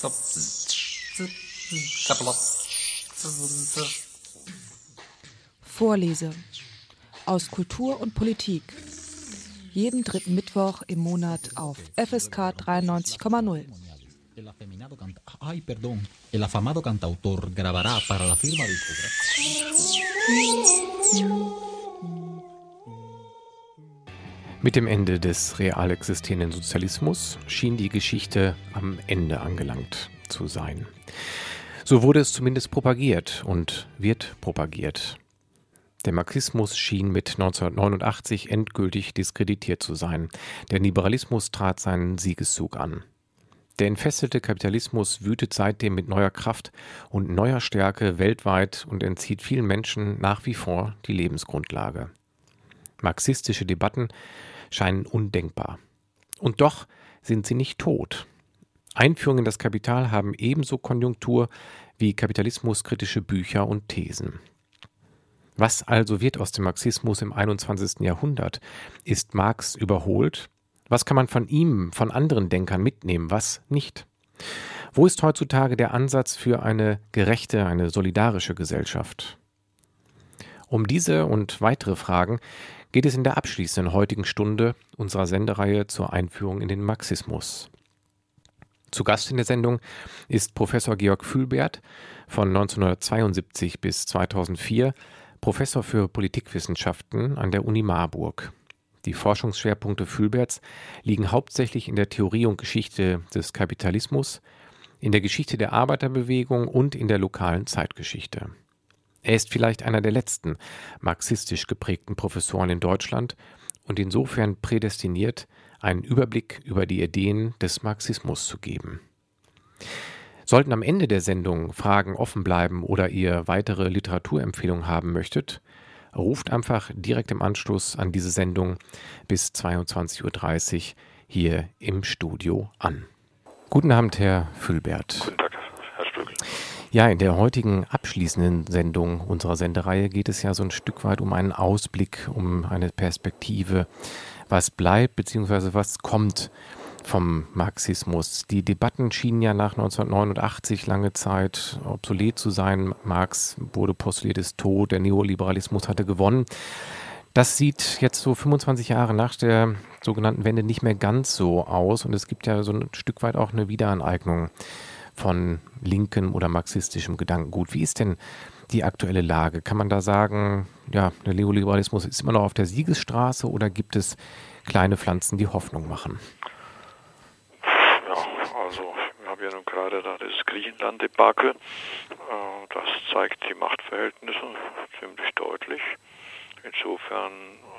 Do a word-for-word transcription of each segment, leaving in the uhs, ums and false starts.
Vorlese aus Kultur und Politik. Jeden dritten Mittwoch im Monat auf F S K dreiundneunzig Komma null. Ay, perdón. El afamado cantautor grabará para la firma discográfica. Mit dem Ende des real existierenden Sozialismus schien die Geschichte am Ende angelangt zu sein. So wurde es zumindest propagiert und wird propagiert. Der Marxismus schien mit neunzehnhundertneunundachtzig endgültig diskreditiert zu sein. Der Liberalismus trat seinen Siegeszug an. Der entfesselte Kapitalismus wütet seitdem mit neuer Kraft und neuer Stärke weltweit und entzieht vielen Menschen nach wie vor die Lebensgrundlage. Marxistische Debatten scheinen undenkbar. Und doch sind sie nicht tot. Einführungen in das Kapital haben ebenso Konjunktur wie kapitalismuskritische Bücher und Thesen. Was also wird aus dem Marxismus im einundzwanzigsten Jahrhundert? Ist Marx überholt? Was kann man von ihm, von anderen Denkern mitnehmen, was nicht? Wo ist heutzutage der Ansatz für eine gerechte, eine solidarische Gesellschaft? Um diese und weitere Fragen geht es in der abschließenden heutigen Stunde unserer Sendereihe zur Einführung in den Marxismus. Zu Gast in der Sendung ist Professor Georg Fülbert, von neunzehnhundertzweiundsiebzig bis zweitausendvier Professor für Politikwissenschaften an der Uni Marburg. Die Forschungsschwerpunkte Fülberts liegen hauptsächlich in der Theorie und Geschichte des Kapitalismus, in der Geschichte der Arbeiterbewegung und in der lokalen Zeitgeschichte. Er ist vielleicht einer der letzten marxistisch geprägten Professoren in Deutschland und insofern prädestiniert, einen Überblick über die Ideen des Marxismus zu geben. Sollten am Ende der Sendung Fragen offen bleiben oder ihr weitere Literaturempfehlungen haben möchtet, ruft einfach direkt im Anschluss an diese Sendung bis zweiundzwanzig Uhr dreißig hier im Studio an. Guten Abend, Herr Fülbert. Guten Tag, Herr Stöckel. Ja, in der heutigen abschließenden Sendung unserer Sendereihe geht es ja so ein Stück weit um einen Ausblick, um eine Perspektive, was bleibt bzw. was kommt vom Marxismus. Die Debatten schienen ja nach neunzehnhundertneunundachtzig lange Zeit obsolet zu sein. Marx wurde postuliert, ist tot, der Neoliberalismus hatte gewonnen. Das sieht jetzt so fünfundzwanzig Jahre nach der sogenannten Wende nicht mehr ganz so aus und es gibt ja so ein Stück weit auch eine Wiederaneignung von linkem oder marxistischem Gedankengut. Wie ist denn die aktuelle Lage? Kann man da sagen, ja, der Neoliberalismus ist immer noch auf der Siegesstraße oder gibt es kleine Pflanzen, die Hoffnung machen? Also wir haben ja nun gerade da das Griechenland-Debakel. Das zeigt die Machtverhältnisse ziemlich deutlich. Insofern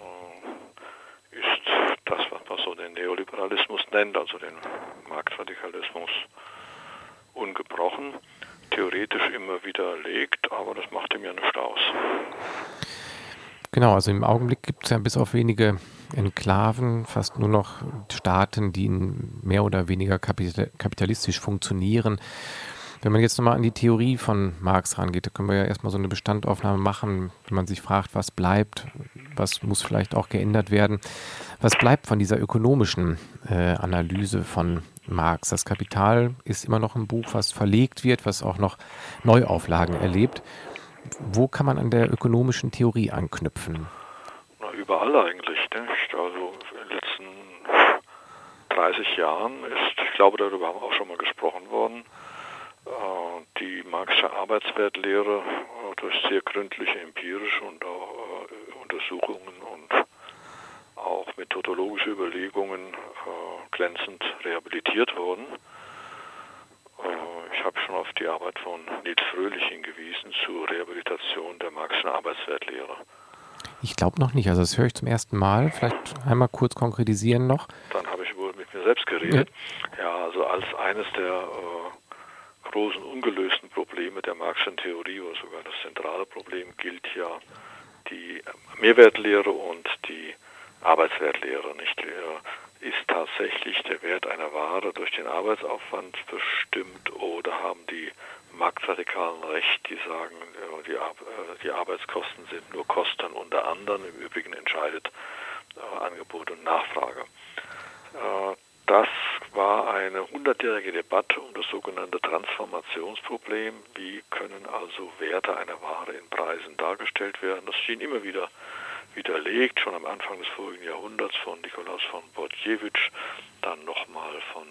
ist das, was man so den Neoliberalismus nennt, also den Marktradikalismus, ungebrochen, theoretisch immer widerlegt, aber das macht ihm ja nichts aus. Genau, also im Augenblick gibt es ja bis auf wenige Enklaven fast nur noch Staaten, die mehr oder weniger kapitalistisch funktionieren. Wenn man jetzt nochmal an die Theorie von Marx rangeht, da können wir ja erstmal so eine Bestandaufnahme machen, wenn man sich fragt, was bleibt, was muss vielleicht auch geändert werden. Was bleibt von dieser ökonomischen äh, Analyse von Marx? Das Kapital ist immer noch ein Buch, was verlegt wird, was auch noch Neuauflagen erlebt. Wo kann man an der ökonomischen Theorie anknüpfen? Na, überall eigentlich. Ne? Also in den letzten dreißig Jahren ist, ich glaube, darüber haben wir auch schon mal gesprochen worden, äh, die Marxische Arbeitswertlehre äh, durch sehr gründliche empirische und auch äh, Untersuchungen und auch methodologische Überlegungen äh, glänzend rehabilitiert worden. Ich habe schon auf die Arbeit von Nils Fröhlich hingewiesen zur Rehabilitation der Marxischen Arbeitswertlehre. Ich glaube noch nicht, also das höre ich zum ersten Mal. Vielleicht einmal kurz konkretisieren noch. Dann habe ich wohl mit mir selbst geredet. Ja, ja also als eines der äh, großen ungelösten Probleme der Marxischen Theorie, oder sogar das zentrale Problem, gilt ja die Mehrwertlehre und die Arbeitswertlehre. Nicht? Ist tatsächlich der Wert einer Ware durch den Arbeitsaufwand bestimmt oder haben die Marktradikalen recht, die sagen, die, Ar- die Arbeitskosten sind nur Kosten unter anderen, im Übrigen entscheidet äh, Angebot und Nachfrage. Äh, das war eine hundertjährige Debatte um das sogenannte Transformationsproblem. Wie können also Werte einer Ware in Preisen dargestellt werden? Das schien immer wieder widerlegt, schon am Anfang des vorigen Jahrhunderts von Nikolaus von Bortkiewicz, dann nochmal von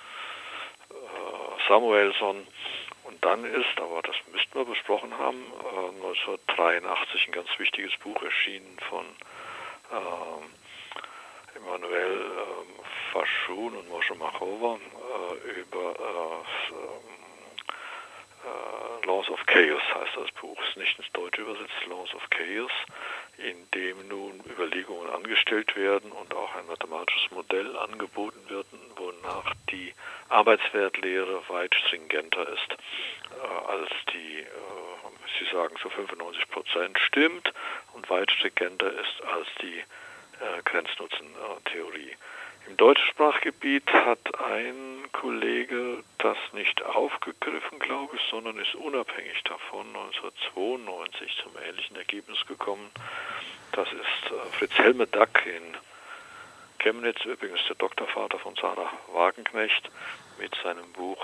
äh, Samuelson. Und dann ist, aber das müssten wir besprochen haben, äh, neunzehnhundertdreiundachtzig ein ganz wichtiges Buch erschienen von äh, Emmanuel äh, Fachoun und Moshe Machover äh, über äh, äh, Laws of Chaos heißt das Buch, ist nicht ins Deutsche übersetzt, Laws of Chaos, in dem nun Überlegungen angestellt werden und auch ein mathematisches Modell angeboten wird, wonach die Arbeitswertlehre weit stringenter ist, äh, als die, äh, Sie sagen, zu fünfundneunzig Prozent stimmt und weit stringenter ist als die äh, Grenznutzentheorie. Im deutschen Sprachgebiet hat ein Kollege das nicht aufgegriffen, glaube ich, sondern ist unabhängig davon neunzehnhundertzweiundneunzig zum ähnlichen Ergebnis gekommen. Das ist äh, Fritz Helmedack in Chemnitz, übrigens der Doktorvater von Sarah Wagenknecht, mit seinem Buch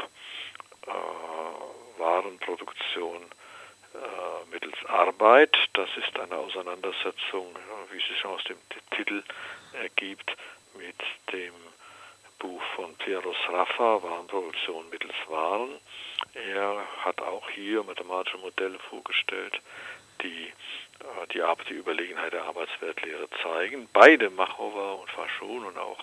äh, Warenproduktion äh, mittels Arbeit. Das ist eine Auseinandersetzung, wie es sich aus dem Titel ergibt, mit dem Buch von Piero Sraffa, Warenproduktion mittels Waren. Er hat auch hier mathematische Modelle vorgestellt, die äh, die, Arbeit, die Überlegenheit der Arbeitswertlehre zeigen. Beide, Machover und Fachoun und auch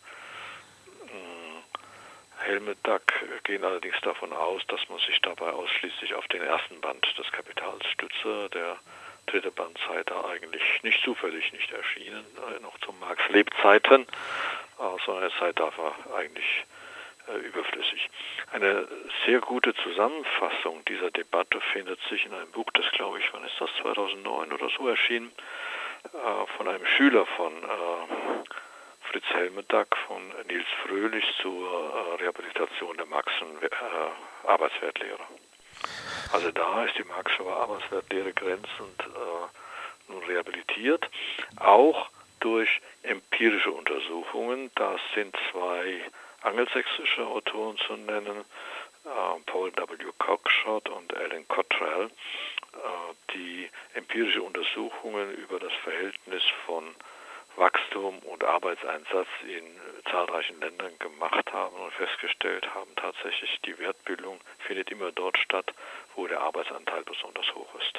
äh, Helmedack, gehen allerdings davon aus, dass man sich dabei ausschließlich auf den ersten Band des Kapitals stütze. Der dritte Band sei da eigentlich nicht zufällig nicht erschienen, äh, noch zu Marx Lebzeiten, äh, sondern es sei dafür eigentlich äh, überflüssig. Eine sehr gute Zusammenfassung dieser Debatte findet sich in einem Buch, das glaube ich, wann ist das, zweitausendneun oder so erschienen, äh, von einem Schüler von äh, Fritz Helmedack, von Nils Fröhlich zur äh, Rehabilitation der Marxischen äh, Arbeitswertlehre. Also da ist die Marxische Arbeitswertlehre grenzend äh, nun rehabilitiert, auch durch empirische Untersuchungen. Da sind zwei angelsächsische Autoren zu nennen, äh, Paul W. Cockshott und Alan Cottrell, äh, die empirische Untersuchungen über das Verhältnis von Wachstum und Arbeitseinsatz in zahlreichen Ländern gemacht haben und festgestellt haben, tatsächlich die Wertbildung findet immer dort statt, wo der Arbeitsanteil besonders hoch ist.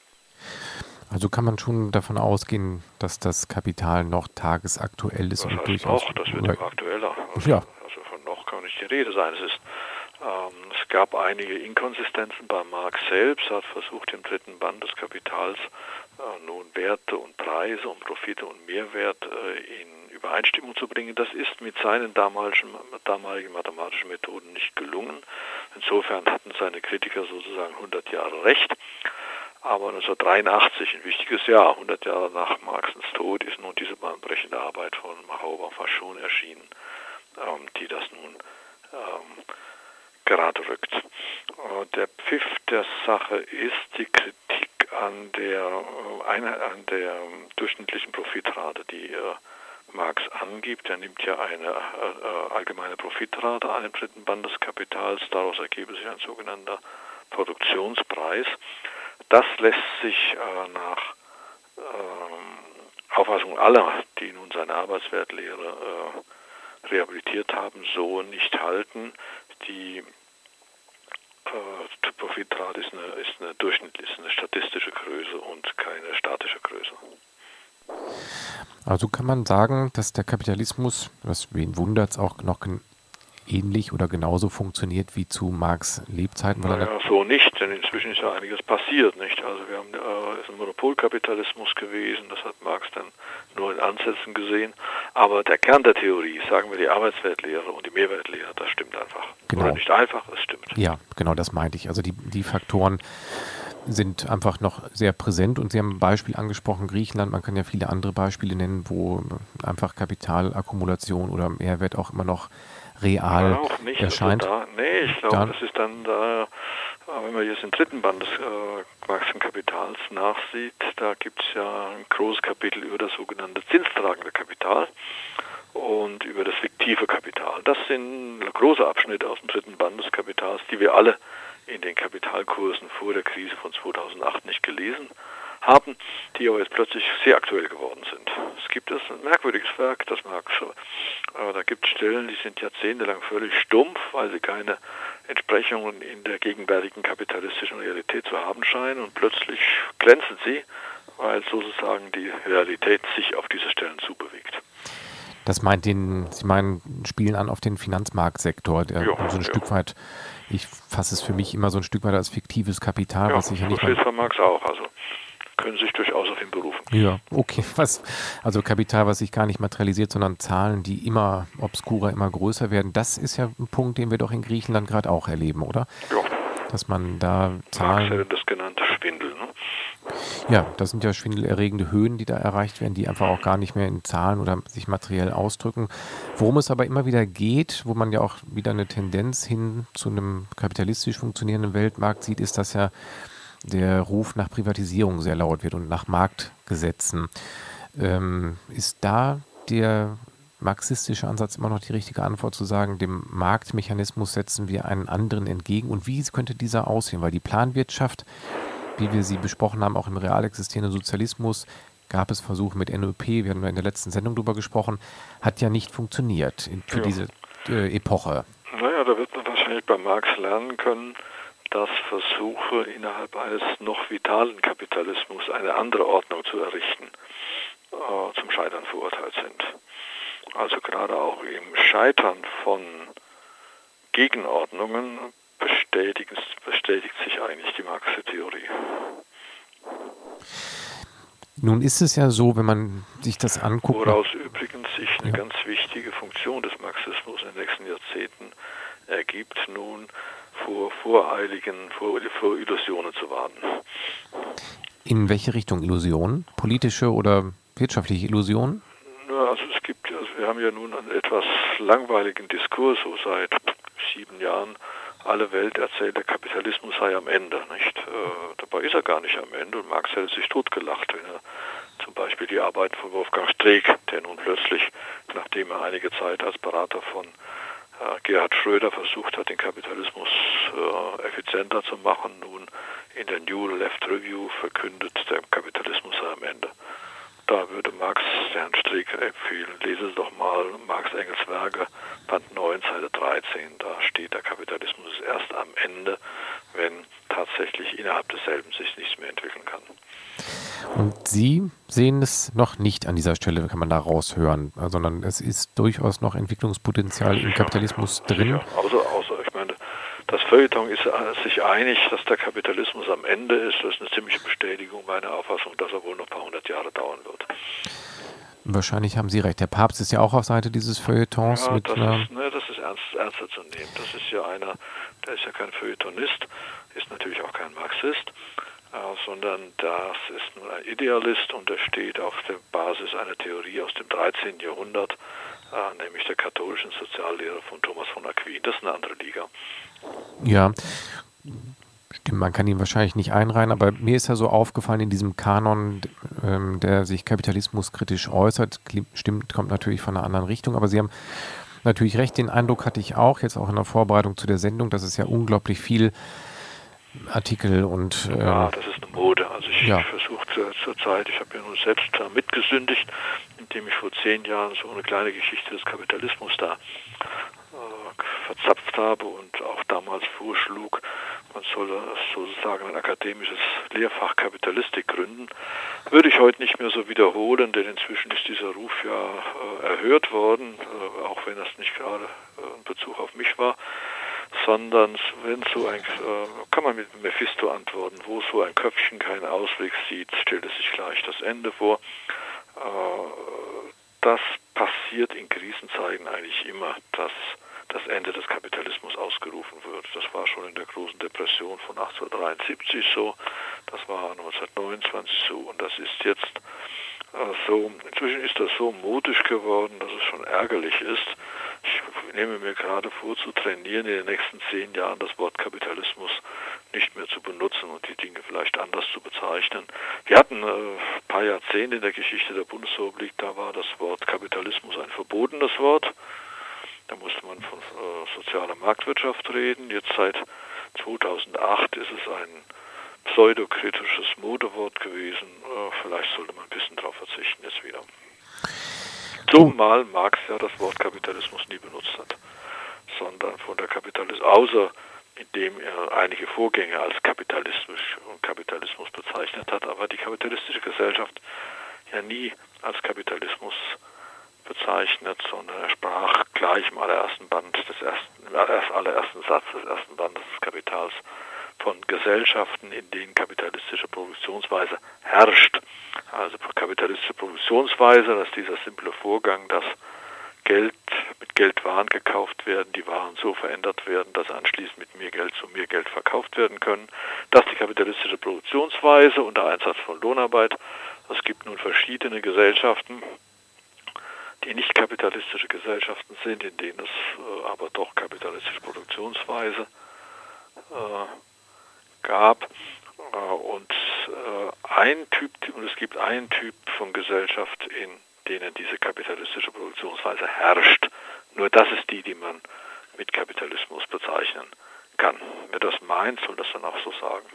Also kann man schon davon ausgehen, dass das Kapital noch tagesaktuell ist. Das und heißt durchaus noch, das wird immer aktueller. Also, ja. also von noch kann nicht die Rede sein. Es ist Ähm, es gab einige Inkonsistenzen bei Marx selbst. Er hat versucht, im dritten Band des Kapitals äh, nun Werte und Preise und Profite und Mehrwert äh, in Übereinstimmung zu bringen. Das ist mit seinen damaligen, damaligen mathematischen Methoden nicht gelungen. Insofern hatten seine Kritiker sozusagen hundert Jahre recht. Aber neunzehnhundertdreiundachtzig, ein wichtiges Jahr, hundert Jahre nach Marxens Tod, ist nun diese bahnbrechende Arbeit von Machover Fachoun erschienen, ähm, die das nun ähm, gerade rückt. Der Pfiff der Sache ist die Kritik an der, an der durchschnittlichen Profitrate, die Marx angibt. Er nimmt ja eine allgemeine Profitrate an im dritten Band des Kapitals, daraus ergebe sich ein sogenannter Produktionspreis. Das lässt sich nach Auffassung aller, die nun seine Arbeitswertlehre rehabilitiert haben, so nicht halten. Die äh, Profitrate ist eine, ist eine durchschnittliche, ist eine statistische Größe und keine statische Größe. Also kann man sagen, dass der Kapitalismus, was wen wundert es, auch noch ähnlich oder genauso funktioniert wie zu Marx' Lebzeiten? Weil naja, so nicht, denn inzwischen ist ja einiges passiert, nicht? Also wir haben äh, ist ein Monopolkapitalismus gewesen, das hat Marx dann nur in Ansätzen gesehen, aber der Kern der Theorie, sagen wir die Arbeitswertlehre und die Mehrwertlehre, das stimmt einfach. Genau. Oder nicht einfach, es stimmt. Ja, genau, das meinte ich. Also die, die Faktoren sind einfach noch sehr präsent und Sie haben ein Beispiel angesprochen, Griechenland, man kann ja viele andere Beispiele nennen, wo einfach Kapitalakkumulation oder Mehrwert auch immer noch real ja, auch nicht. erscheint. Also da, nee, ich glaube, da, das ist dann da, wenn man jetzt den dritten Band des äh, Marxischen Kapitals nachsieht, da gibt es ja ein großes Kapitel über das sogenannte zinstragende Kapital und über das fiktive Kapital. Das sind große Abschnitte aus dem dritten Band des Kapitals, die wir alle in den Kapitalkursen vor der Krise von zweitausendacht nicht gelesen haben, die aber jetzt plötzlich sehr aktuell geworden sind. Es gibt das ein merkwürdiges Werk, das Marx, äh, da gibt es Stellen, die sind jahrzehntelang völlig stumpf, weil sie keine Entsprechungen in der gegenwärtigen kapitalistischen Realität zu haben scheinen, und plötzlich glänzen sie, weil sozusagen die Realität sich auf diese Stellen zubewegt. Das meint den, Sie meinen, spielen an auf den Finanzmarktsektor, der Jo, so ein jo. Stück weit, ich fasse es für mich immer so ein Stück weit als fiktives Kapital, Ja, was sich ja so nicht steht mal... es von Marx auch, also können sich durchaus auf ihn berufen. Ja, okay. Was, also Kapital, was sich gar nicht materialisiert, sondern Zahlen, die immer obskurer, immer größer werden. Das ist ja ein Punkt, den wir doch in Griechenland gerade auch erleben, oder? Ja, Dass man da Marx Zahlen... hätte das genannte Schwindel. Ne? Ja, das sind ja schwindelerregende Höhen, die da erreicht werden, die einfach auch gar nicht mehr in Zahlen oder sich materiell ausdrücken. Worum es aber immer wieder geht, wo man ja auch wieder eine Tendenz hin zu einem kapitalistisch funktionierenden Weltmarkt sieht, ist, dass ja der Ruf nach Privatisierung sehr laut wird und nach Marktgesetzen. Ähm, ist da der marxistische Ansatz immer noch die richtige Antwort, zu sagen, dem Marktmechanismus setzen wir einen anderen entgegen? Und wie könnte dieser aussehen? Weil die Planwirtschaft, wie wir sie besprochen haben, auch im real existierenden Sozialismus, gab es Versuche mit N L P, wir haben in der letzten Sendung darüber gesprochen, hat ja nicht funktioniert in, für Ja. diese äh, Epoche. Naja, da wird man wahrscheinlich bei Marx lernen können, dass Versuche innerhalb eines noch vitalen Kapitalismus eine andere Ordnung zu errichten, äh, zum Scheitern verurteilt sind. Also gerade auch im Scheitern von Gegenordnungen bestätigt, bestätigt sich eigentlich die Marxische Theorie. Nun ist es ja so, wenn man sich das anguckt... Woraus übrigens sich eine Ja. ganz wichtige Funktion des Marxismus in den nächsten Jahrzehnten ergibt, nun vor voreiligen, vor, vor Illusionen zu warnen. In welche Richtung Illusionen? Politische oder wirtschaftliche Illusionen? Ja, also es gibt, also wir haben ja nun einen etwas langweiligen Diskurs, so seit sieben Jahren. Alle Welt erzählt, der Kapitalismus sei am Ende, nicht? Äh, dabei ist er gar nicht am Ende, und Marx hätte sich totgelacht, wenn er zum Beispiel die Arbeiten von Wolfgang Streeck, der nun plötzlich, nachdem er einige Zeit als Berater von äh, Gerhard Schröder versucht hat, den Kapitalismus äh, effizienter zu machen, nun in der New Left Review verkündet, der Kapitalismus sei am Ende. Da würde Marx Herrn Streeck empfehlen, lesen Sie doch mal Marx Engels Werke, Band neun, Seite dreizehn. Da steht, der Kapitalismus ist erst am Ende, wenn tatsächlich innerhalb desselben sich nichts mehr entwickeln kann. Und Sie sehen es noch nicht an dieser Stelle, kann man da raushören, sondern es ist durchaus noch Entwicklungspotenzial im Kapitalismus drin. Ja, außer, außer, ich meine, das Feuilleton ist sich einig, dass der Kapitalismus am Ende ist. Das ist eine ziemliche Bestätigung meiner Auffassung, dass er wohl noch ein paar hundert Jahre dauern wird. Wahrscheinlich haben Sie recht. Der Papst ist ja auch auf Seite dieses Feuilletons. Ja, mit das, einer ist, ne, das ist ernst, ernster zu nehmen. Das ist ja einer, der ist ja kein Feuilletonist, ist natürlich auch kein Marxist, äh, sondern das ist nur ein Idealist, und der steht auf der Basis einer Theorie aus dem dreizehnten Jahrhundert, äh, nämlich der katholischen Soziallehre von Thomas von Aquin. Das ist eine andere Liga. Ja, stimmt, man kann ihn wahrscheinlich nicht einreihen, aber mir ist ja so aufgefallen in diesem Kanon, ähm, der sich kapitalismuskritisch äußert, stimmt, kommt natürlich von einer anderen Richtung, aber Sie haben natürlich recht, den Eindruck hatte ich auch, jetzt auch in der Vorbereitung zu der Sendung, dass es ja unglaublich viel Artikel und... Äh, Ja, das ist eine Mode. Also ich ja. versuche zur, zur Zeit, ich habe ja nun selbst da mitgesündigt, indem ich vor zehn Jahren so eine kleine Geschichte des Kapitalismus da äh, verzapft habe und auch damals vorschlug, man solle sozusagen ein akademisches Lehrfach Kapitalistik gründen. Würde ich heute nicht mehr so wiederholen, denn inzwischen ist dieser Ruf ja äh, erhört worden, äh, auch wenn das nicht gerade äh, in Bezug auf mich war, sondern wenn so ein, äh, kann man mit Mephisto antworten, wo so ein Köpfchen keinen Ausweg sieht, stellt es sich gleich das Ende vor. Äh, das passiert in Krisenzeiten eigentlich immer, dass das Ende des Kapitalismus ausgerufen wird. Das war schon in der großen Depression von achtzehnhundertdreiundsiebzig so, das war neunzehnhundertneunundzwanzig so, und das ist jetzt äh, so, inzwischen ist das so modisch geworden, dass es schon ärgerlich ist. Ich nehme mir gerade vor, zu trainieren, in den nächsten zehn Jahren das Wort Kapitalismus nicht mehr zu benutzen und die Dinge vielleicht anders zu bezeichnen. Wir hatten äh, ein paar Jahrzehnte in der Geschichte der Bundesrepublik, da war das Wort Kapitalismus ein verbotenes Wort. Da musste man von äh, sozialer Marktwirtschaft reden. Jetzt seit zweitausendacht ist es ein pseudokritisches Modewort gewesen. Äh, vielleicht sollte man ein bisschen darauf verzichten jetzt wieder. Zumal Marx ja das Wort Kapitalismus nie benutzt hat, sondern von der Kapitalismus, außer indem er einige Vorgänge als Kapitalismus und Kapitalismus bezeichnet hat, aber die kapitalistische Gesellschaft ja nie als Kapitalismus bezeichnet, sondern er sprach gleich im allerersten Band des ersten, im allerersten Satz des ersten Bandes des Kapitals von Gesellschaften, in denen kapitalistische Produktionsweise herrscht. Also kapitalistische Produktionsweise, dass dieser simple Vorgang, dass Geld mit Geld Waren gekauft werden, die Waren so verändert werden, dass anschließend mit mehr Geld zu mehr Geld verkauft werden können. Das ist die kapitalistische Produktionsweise unter Einsatz von Lohnarbeit. Es gibt nun verschiedene Gesellschaften, die nicht kapitalistische Gesellschaften sind, in denen es äh, aber doch kapitalistische Produktionsweise äh, gab. Äh, und äh, ein Typ, und es gibt einen Typ von Gesellschaft, in denen diese kapitalistische Produktionsweise herrscht. Nur das ist die, die man mit Kapitalismus bezeichnen kann. Wer das meint, soll das dann auch so sagen.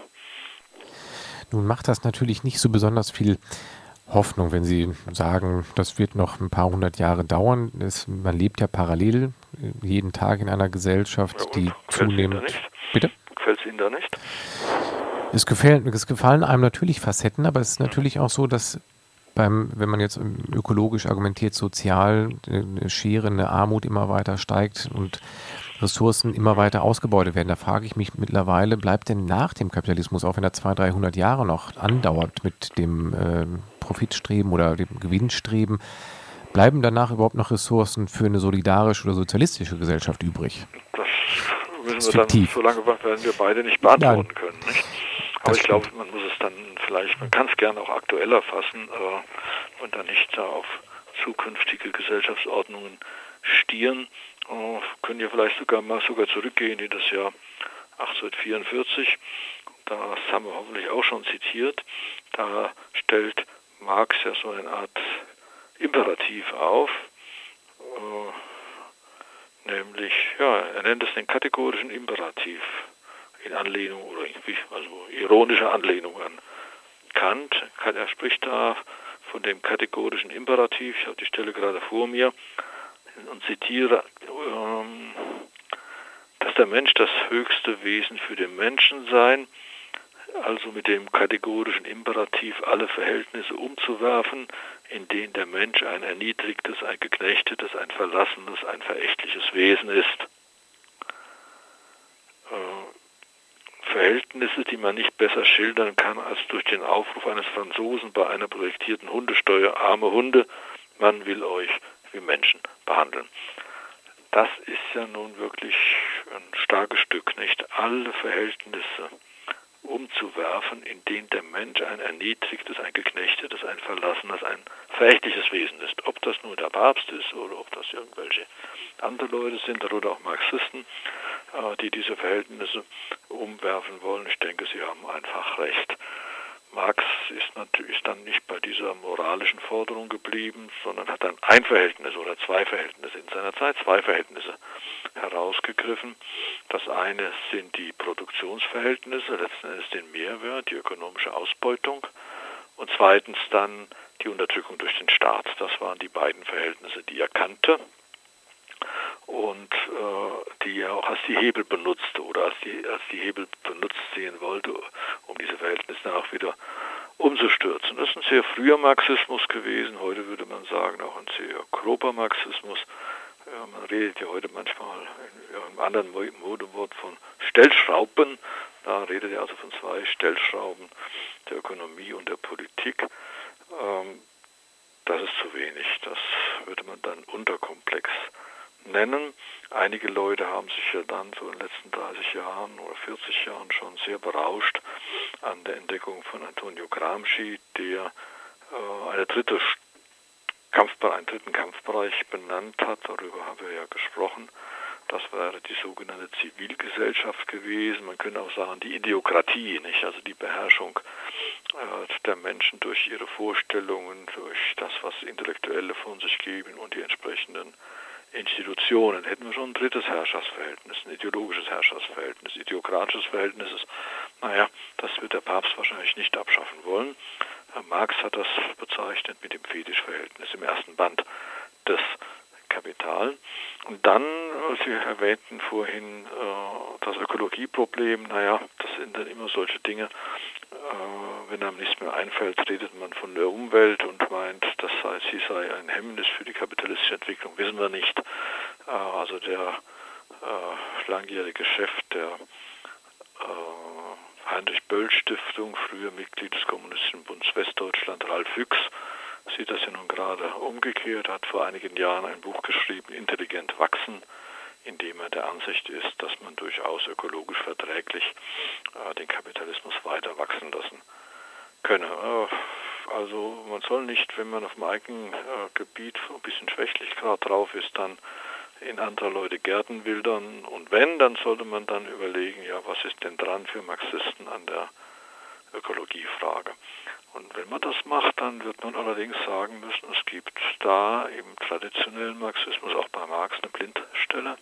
Nun macht das natürlich nicht so besonders viel Hoffnung, wenn Sie sagen, das wird noch ein paar hundert Jahre dauern. Das, man lebt ja parallel jeden Tag in einer Gesellschaft, Ja, die zunehmend... Nicht? Bitte? Gefällt es Ihnen da nicht? Es, gefällt, es gefallen einem natürlich Facetten, aber es ist natürlich auch so, dass beim, wenn man jetzt ökologisch argumentiert, sozial eine Schere, eine Armut immer weiter steigt und Ressourcen immer weiter ausgebeutet werden. Da frage ich mich mittlerweile, bleibt denn nach dem Kapitalismus, auch wenn er zweihundert, dreihundert Jahre noch andauert mit dem äh, Profitstreben oder dem Gewinnstreben, bleiben danach überhaupt noch Ressourcen für eine solidarische oder sozialistische Gesellschaft übrig? Das müssen das wir dann, so lange werden wir beide nicht beantworten Nein. können. Nicht? Aber ich glaube, man muss es dann vielleicht, man kann es gerne auch aktueller fassen äh, und dann nicht da auf zukünftige Gesellschaftsordnungen stieren. Äh, können ja vielleicht sogar mal sogar zurückgehen in das Jahr achtzehnhundertvierundvierzig. Das haben wir hoffentlich auch schon zitiert. Da stellt Marx ja so eine Art Imperativ auf, äh, nämlich, ja, er nennt es den kategorischen Imperativ in Anlehnung oder irgendwie, also ironische Anlehnung an Kant. Er spricht da von dem kategorischen Imperativ, ich habe die Stelle gerade vor mir und zitiere, ähm, dass der Mensch das höchste Wesen für den Menschen sei, also mit dem kategorischen Imperativ alle Verhältnisse umzuwerfen, in denen der Mensch ein erniedrigtes, ein geknechtetes, ein verlassenes, ein verächtliches Wesen ist. Äh, Verhältnisse, die man nicht besser schildern kann als durch den Aufruf eines Franzosen bei einer projektierten Hundesteuer: arme Hunde, man will euch wie Menschen behandeln. Das ist ja nun wirklich ein starkes Stück, nicht? Alle Verhältnisse umzuwerfen, in denen der Mensch ein erniedrigtes, ein geknechtetes, ein verlassenes, ein verächtliches Wesen ist. Ob das nur der Papst ist oder ob das irgendwelche andere Leute sind oder auch Marxisten, äh, die diese Verhältnisse umwerfen wollen. Ich denke, sie haben einfach recht. Marx ist natürlich dann nicht bei dieser moralischen Forderung geblieben, sondern hat dann ein Verhältnis oder zwei Verhältnisse in seiner Zeit, zwei Verhältnisse herausgegriffen. Das eine sind die Produktionsverhältnisse, letzten Endes den Mehrwert, die ökonomische Ausbeutung, und zweitens dann die Unterdrückung durch den Staat. Das waren die beiden Verhältnisse, die er kannte und äh, die er auch als die Hebel benutzte oder als die, als die Hebel benutzt sehen wollte, um diese Verhältnisse dann auch wieder umzustürzen. Das ist ein sehr früher Marxismus gewesen, heute würde man sagen auch ein sehr grober Marxismus. Ja, man redet ja heute manchmal in, ja, im anderen Modewort von Stellschrauben. Da redet er also von zwei Stellschrauben, der Ökonomie und der Politik. Ähm, das ist zu wenig. Das würde man dann unterkomplex nennen. Einige Leute haben sich ja dann so in den letzten dreißig Jahren oder vierzig Jahren schon sehr berauscht an der Entdeckung von Antonio Gramsci, der äh, eine dritte Kampfbereich, einen dritten Kampfbereich benannt hat. Darüber haben wir ja gesprochen. Das wäre die sogenannte Zivilgesellschaft gewesen. Man könnte auch sagen, die Ideokratie, nicht? Also die Beherrschung äh, der Menschen durch ihre Vorstellungen, durch das, was Intellektuelle von sich geben und die entsprechenden Institutionen, hätten wir schon ein drittes Herrschaftsverhältnis, ein ideologisches Herrschaftsverhältnis. Idiokratisches Verhältnis ist, naja, das wird der Papst wahrscheinlich nicht abschaffen wollen. Marx hat das bezeichnet mit dem Fetischverhältnis im ersten Band des Kapital. Und dann, Sie erwähnten vorhin äh, das Ökologieproblem, naja, das sind dann immer solche Dinge, äh, wenn einem nichts mehr einfällt, redet man von der Umwelt und meint, das sei, sie sei ein Hemmnis für die kapitalistische Entwicklung, wissen wir nicht. Äh, also der äh, langjährige Chef der äh, Heinrich-Böll-Stiftung, früher Mitglied des Kommunistischen Bundes Westdeutschland, Ralf Füchs, sieht das ja nun gerade umgekehrt, hat vor einigen Jahren ein Buch geschrieben, Intelligent wachsen, in dem er der Ansicht ist, dass man durchaus ökologisch verträglich äh, den Kapitalismus weiter wachsen lassen könne. Äh, also man soll nicht, wenn man auf dem eigenen äh, Gebiet ein bisschen schwächlich gerade drauf ist, dann in andere Leute Gärten wildern. Und wenn, dann sollte man dann überlegen, ja, was ist denn dran für Marxisten an der Ökologiefrage. Und wenn man das macht, dann wird man allerdings sagen müssen, es gibt da im traditionellen Marxismus, auch bei Marx, eine Blindstelle.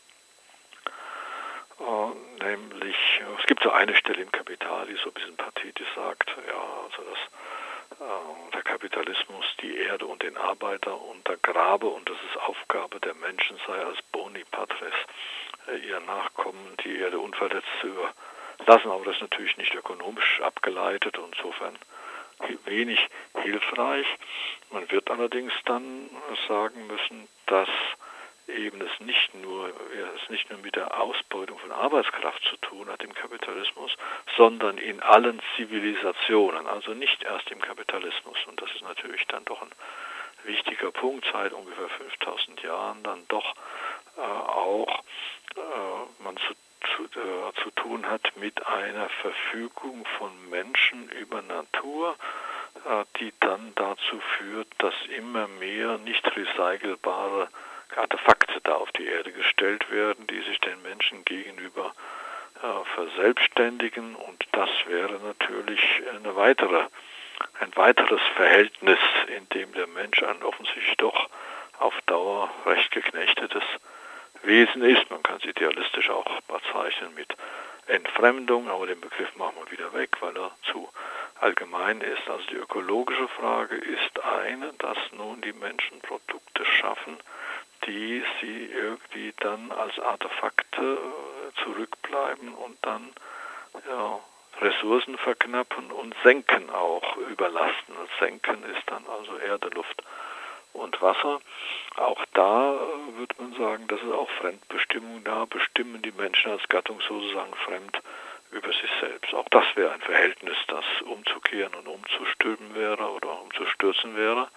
Äh, nämlich, es gibt so eine Stelle im Kapital, die so ein bisschen pathetisch sagt, ja, also dass äh, der Kapitalismus die Erde und den Arbeiter untergrabe und dass es Aufgabe der Menschen sei, als Boni Patres äh, ihr Nachkommen die Erde unverletzt zu überlassen. Aber das ist natürlich nicht ökonomisch abgeleitet und insofern wenig hilfreich. Man wird allerdings dann sagen müssen, dass eben es nicht nur, es nicht nur mit der Ausbeutung von Arbeitskraft zu tun hat im Kapitalismus, sondern in allen Zivilisationen, also nicht erst im Kapitalismus. Und das ist natürlich dann doch ein wichtiger Punkt, seit ungefähr fünftausend Jahren dann doch äh, auch äh, man zu Zu, äh, zu tun hat mit einer Verfügung von Menschen über Natur, äh, die dann dazu führt, dass immer mehr nicht recycelbare Artefakte da auf die Erde gestellt werden, die sich den Menschen gegenüber äh, verselbstständigen. Und das wäre natürlich eine weitere, ein weiteres Verhältnis, in dem der Mensch ein offensichtlich doch auf Dauer recht geknechtetes Wesen ist. Man kann es idealistisch auch bezeichnen mit Entfremdung, aber den Begriff machen wir wieder weg, weil er zu allgemein ist. Also die ökologische Frage ist eine, dass nun die Menschen Produkte schaffen, die sie irgendwie dann als Artefakte zurückbleiben und dann ja, Ressourcen verknappen und senken auch, überlasten. Und senken ist dann also Erde, Luft und Wasser. Auch da würde man sagen, das ist auch Fremdbestimmung. Da bestimmen die Menschen als Gattung sozusagen fremd über sich selbst. Auch das wäre ein Verhältnis, das umzukehren und umzustülpen wäre oder umzustürzen wäre.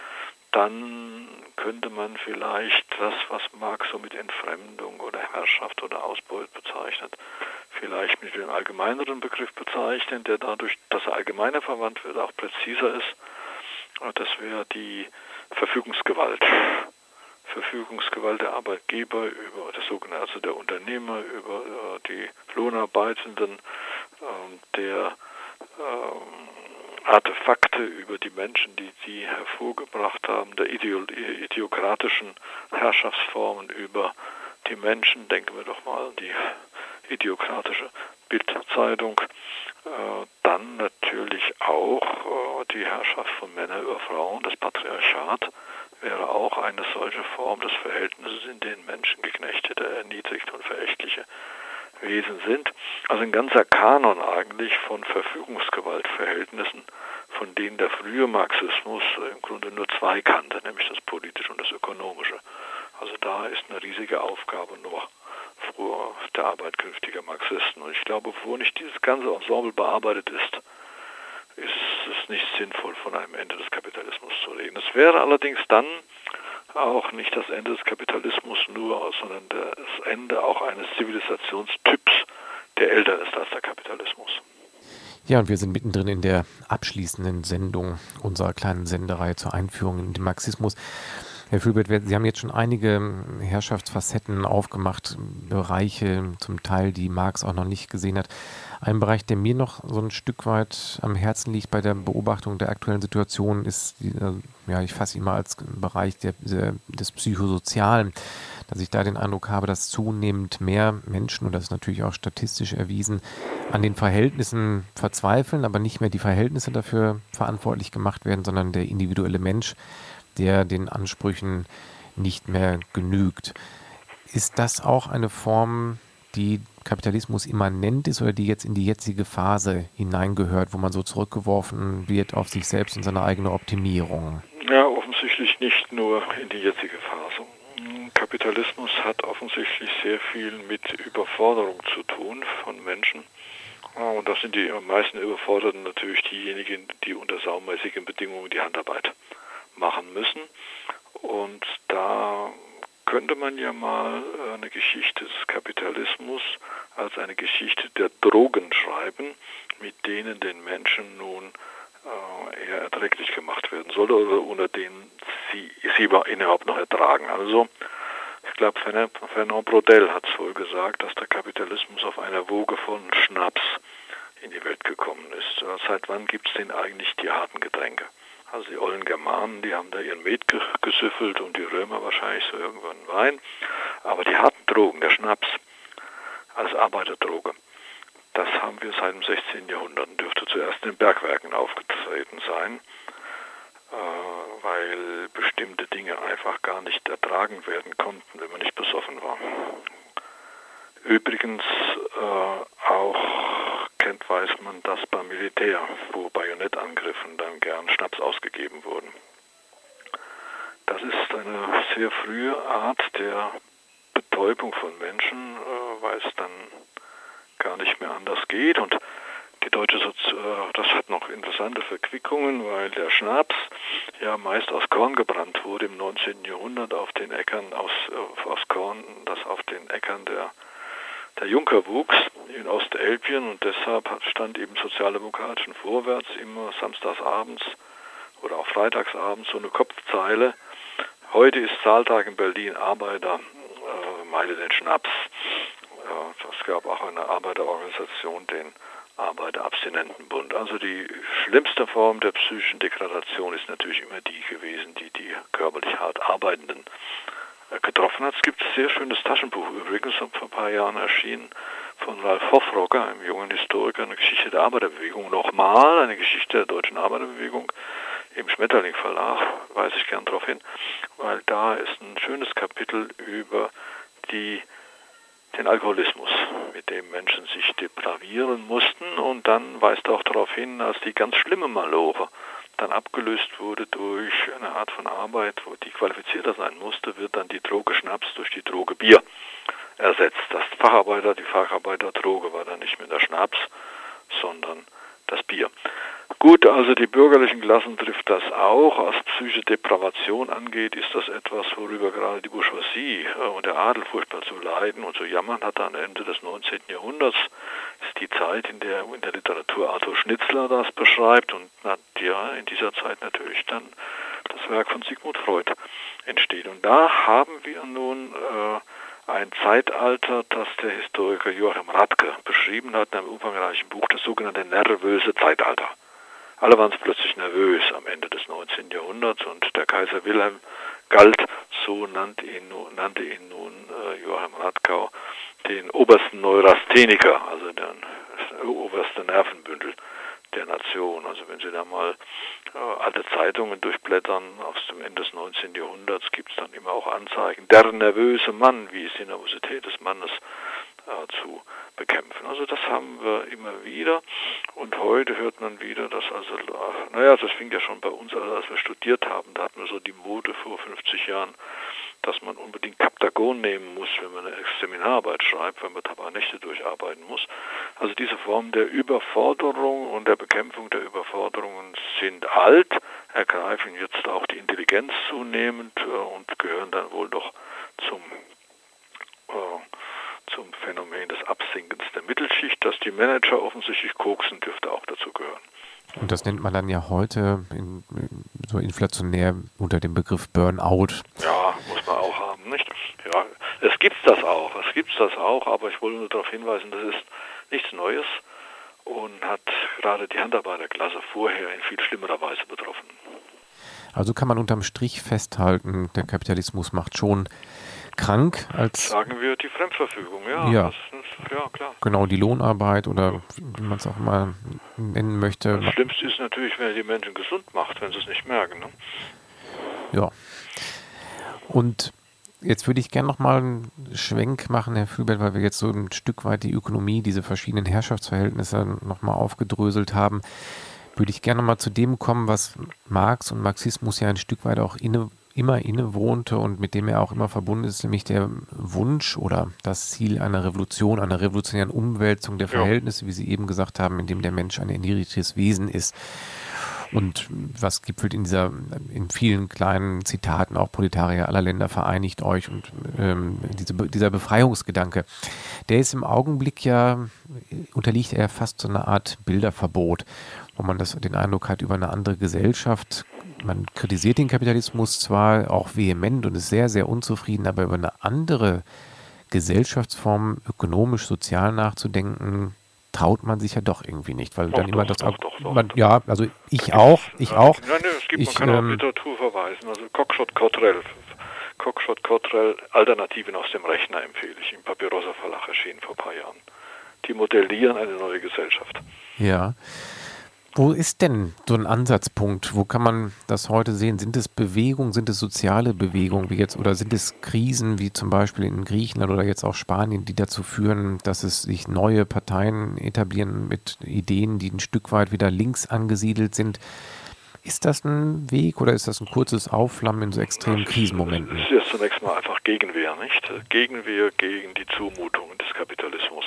Dann könnte man vielleicht das, was Marx so mit Entfremdung oder Herrschaft oder Ausbeut bezeichnet, vielleicht mit dem allgemeineren Begriff bezeichnen, der dadurch, dass er allgemeiner verwandt wird, auch präziser ist. Das wäre die Verfügungsgewalt. Verfügungsgewalt der Arbeitgeber über das sogenannte, also der Unternehmer, über äh, die Lohnarbeitenden, äh, der äh, Artefakte, über die Menschen, die sie hervorgebracht haben, der ideo- idiokratischen Herrschaftsformen über die Menschen. Denken wir doch mal an die idiokratische Bildzeitung. Äh, dann natürlich auch äh, die Herrschaft von Männern über Frauen, das Patriarchat wäre auch eine solche Form des Verhältnisses, in denen Menschen geknechtete, erniedrigte und verächtliche Wesen sind. Also ein ganzer Kanon eigentlich von Verfügungsgewaltverhältnissen, von denen der frühe Marxismus im Grunde nur zwei kannte, nämlich das politische und das ökonomische. Also da ist eine riesige Aufgabe noch vor der Arbeit künftiger Marxisten. Und ich glaube, bevor nicht dieses ganze Ensemble bearbeitet ist, ist es nicht sinnvoll, von einem Ende des Kapitalismus zu reden. Es wäre allerdings dann auch nicht das Ende des Kapitalismus nur, sondern das Ende auch eines Zivilisationstyps, der älter ist als der Kapitalismus. Ja, und wir sind mittendrin in der abschließenden Sendung unserer kleinen Sendereihe zur Einführung in den Marxismus. Herr Fülbert, Sie haben jetzt schon einige Herrschaftsfacetten aufgemacht, Bereiche zum Teil, die Marx auch noch nicht gesehen hat. Ein Bereich, der mir noch so ein Stück weit am Herzen liegt bei der Beobachtung der aktuellen Situation, ist, die, ja, ich fasse ihn mal als Bereich der, der, des Psychosozialen, dass ich da den Eindruck habe, dass zunehmend mehr Menschen, und das ist natürlich auch statistisch erwiesen, an den Verhältnissen verzweifeln, aber nicht mehr die Verhältnisse dafür verantwortlich gemacht werden, sondern der individuelle Mensch, der den Ansprüchen nicht mehr genügt. Ist das auch eine Form, die Kapitalismus immanent ist oder die jetzt in die jetzige Phase hineingehört, wo man so zurückgeworfen wird auf sich selbst und seine eigene Optimierung? Ja, offensichtlich nicht nur in die jetzige Phase. Kapitalismus hat offensichtlich sehr viel mit Überforderung zu tun von Menschen. Und das sind die am meisten Überforderten natürlich diejenigen, die unter saumäßigen Bedingungen die Handarbeit machen müssen. Und da könnte man ja mal eine Geschichte des Kapitalismus als eine Geschichte der Drogen schreiben, mit denen den Menschen nun äh, eher erträglich gemacht werden soll oder unter denen sie, sie überhaupt noch ertragen. Also ich glaube, Fernand Braudel hat es wohl gesagt, dass der Kapitalismus auf einer Woge von Schnaps in die Welt gekommen ist. Seit wann gibt es denn eigentlich die harten Getränke? Also die ollen Germanen, die haben da ihren Met gesüffelt und die Römer wahrscheinlich so irgendwann Wein. Aber die harten Drogen, der Schnaps als Arbeiterdroge, das haben wir seit dem sechzehnten Jahrhundert und dürfte zuerst in den Bergwerken aufgetreten sein, äh, weil bestimmte Dinge einfach gar nicht ertragen werden konnten, wenn man nicht besoffen war. Übrigens äh, auch kennt, weiß man, dass beim Militär, wo Bajonettangriffen dann gern Schnaps ausgegeben wurden. Das ist eine sehr frühe Art der Betäubung von Menschen, äh, weil es dann gar nicht mehr anders geht. Und die deutsche Sozi- äh, das hat noch interessante Verquickungen, weil der Schnaps ja meist aus Korn gebrannt wurde im neunzehnten Jahrhundert auf den Äckern aus, äh, aus Korn, das auf den Äckern der Der Junker wuchs in Ostelbien und deshalb stand eben sozialdemokratischen Vorwärts immer samstagsabends oder auch freitagsabends so eine Kopfzeile: Heute ist Zahltag in Berlin, Arbeiter, äh, meide den Schnaps. Äh, es gab auch eine Arbeiterorganisation, den Arbeiterabstinentenbund. Also die schlimmste Form der psychischen Degradation ist natürlich immer die gewesen, die die körperlich hart Arbeitenden getroffen hat. Es gibt ein sehr schönes Taschenbuch übrigens, vor ein paar Jahren erschienen, von Ralf Hofrocker, einem jungen Historiker, eine Geschichte der Arbeiterbewegung. Nochmal eine Geschichte der deutschen Arbeiterbewegung im Schmetterling Verlag, weise ich gern darauf hin, weil da ist ein schönes Kapitel über die, den Alkoholismus, mit dem Menschen sich depravieren mussten, und dann weist er auch darauf hin, als die ganz schlimme Malore dann abgelöst wurde durch eine Art von Arbeit, wo die qualifizierter sein musste, wird dann die Droge Schnaps durch die Droge Bier ersetzt. Das Facharbeiter, die Facharbeiterdroge war dann nicht mehr der Schnaps, sondern das Bier. Gut, also die bürgerlichen Klassen trifft das auch. Was psychische Depravation angeht, ist das etwas, worüber gerade die Bourgeoisie und der Adel furchtbar zu leiden und zu jammern hat. Am Ende des neunzehnten Jahrhunderts ist die Zeit, in der in der Literatur Arthur Schnitzler das beschreibt, und ja, in dieser Zeit natürlich dann das Werk von Sigmund Freud entsteht. Und da haben wir nun äh, ein Zeitalter, das der Historiker Joachim Radke beschrieben hat in einem umfangreichen Buch, das sogenannte nervöse Zeitalter. Alle waren plötzlich nervös am Ende des neunzehnten Jahrhunderts, und der Kaiser Wilhelm galt, so nannte ihn nun, nannte ihn nun äh, Joachim Radkau, den obersten Neurastheniker, also den oberste Nervenbündel der Nation. Also wenn Sie da mal äh, alte Zeitungen durchblättern aus dem Ende des neunzehnten Jahrhunderts, gibt es dann immer auch Anzeigen: Der nervöse Mann, wie ist die Nervosität des Mannes äh, zu bekämpfen. Also das haben wir immer wieder, und heute hört man wieder, dass also, naja, das fing ja schon bei uns an, als wir studiert haben, da hatten wir so die Mode vor fünfzig Jahren, dass man unbedingt Kaptagon nehmen muss, wenn man eine Seminararbeit schreibt, wenn man ein paar Nächte durcharbeiten muss. Also diese Formen der Überforderung und der Bekämpfung der Überforderungen sind alt, ergreifen jetzt auch die Intelligenz zunehmend und gehören dann wohl doch zum äh, zum Phänomen des Absinkens der Mittelschicht. Dass die Manager offensichtlich koksen, dürfte auch dazu gehören. Und das nennt man dann ja heute in so inflationär unter dem Begriff Burnout. Ja, muss man auch haben, nicht? Ja, es gibt das auch, es gibt das auch, aber ich wollte nur darauf hinweisen, das ist nichts Neues und hat gerade die Handarbeiterklasse vorher in viel schlimmerer Weise betroffen. Also kann man unterm Strich festhalten, der Kapitalismus macht schon krank als... Sagen wir die Fremdverfügung, ja. Ja, Das ist, ja klar. genau, die Lohnarbeit oder wie man es auch immer nennen möchte. Das Schlimmste ist natürlich, wenn er die Menschen gesund macht, wenn sie es nicht merken. Ne? Ja. Und jetzt würde ich gerne nochmal einen Schwenk machen, Herr Fühlberg, weil wir jetzt so ein Stück weit die Ökonomie, diese verschiedenen Herrschaftsverhältnisse nochmal aufgedröselt haben. Würde ich gerne nochmal zu dem kommen, was Marx und Marxismus ja ein Stück weit auch inne, immer innewohnte und mit dem er auch immer verbunden ist, nämlich der Wunsch oder das Ziel einer Revolution, einer revolutionären Umwälzung der Verhältnisse, wie Sie eben gesagt haben, in dem der Mensch ein inhärentes Wesen ist. Und was gipfelt in dieser, in vielen kleinen Zitaten, auch Proletarier aller Länder vereinigt euch und ähm, diese, dieser Befreiungsgedanke, der ist im Augenblick ja, unterliegt er fast so einer Art Bilderverbot, wo man das, den Eindruck hat, über eine andere Gesellschaft. Man kritisiert den Kapitalismus zwar auch vehement und ist sehr, sehr unzufrieden, aber über eine andere Gesellschaftsform, ökonomisch, sozial nachzudenken, traut man sich ja doch irgendwie nicht, weil doch, dann immer doch, das doch, doch, doch, man, doch. ja, also ich auch, ich ja, auch. Nein, nein, es gibt, ich, man kann ähm, auf Literatur verweisen, also Cockshott-Cottrell, Cockshott-Cottrell, Alternativen aus dem Rechner empfehle ich, im Papyrossa Verlag erschienen vor ein paar Jahren. Die modellieren eine neue Gesellschaft. Ja. Wo ist denn so ein Ansatzpunkt? Wo kann man das heute sehen? Sind es Bewegungen, sind es soziale Bewegungen wie jetzt oder sind es Krisen wie zum Beispiel in Griechenland oder jetzt auch Spanien, die dazu führen, dass es sich neue Parteien etablieren mit Ideen, die ein Stück weit wieder links angesiedelt sind? Ist das ein Weg oder ist das ein kurzes Aufflammen in so extremen das ist, Krisenmomenten? Das ist jetzt zunächst mal einfach Gegenwehr, nicht? Gegenwehr gegen die Zumutungen des Kapitalismus.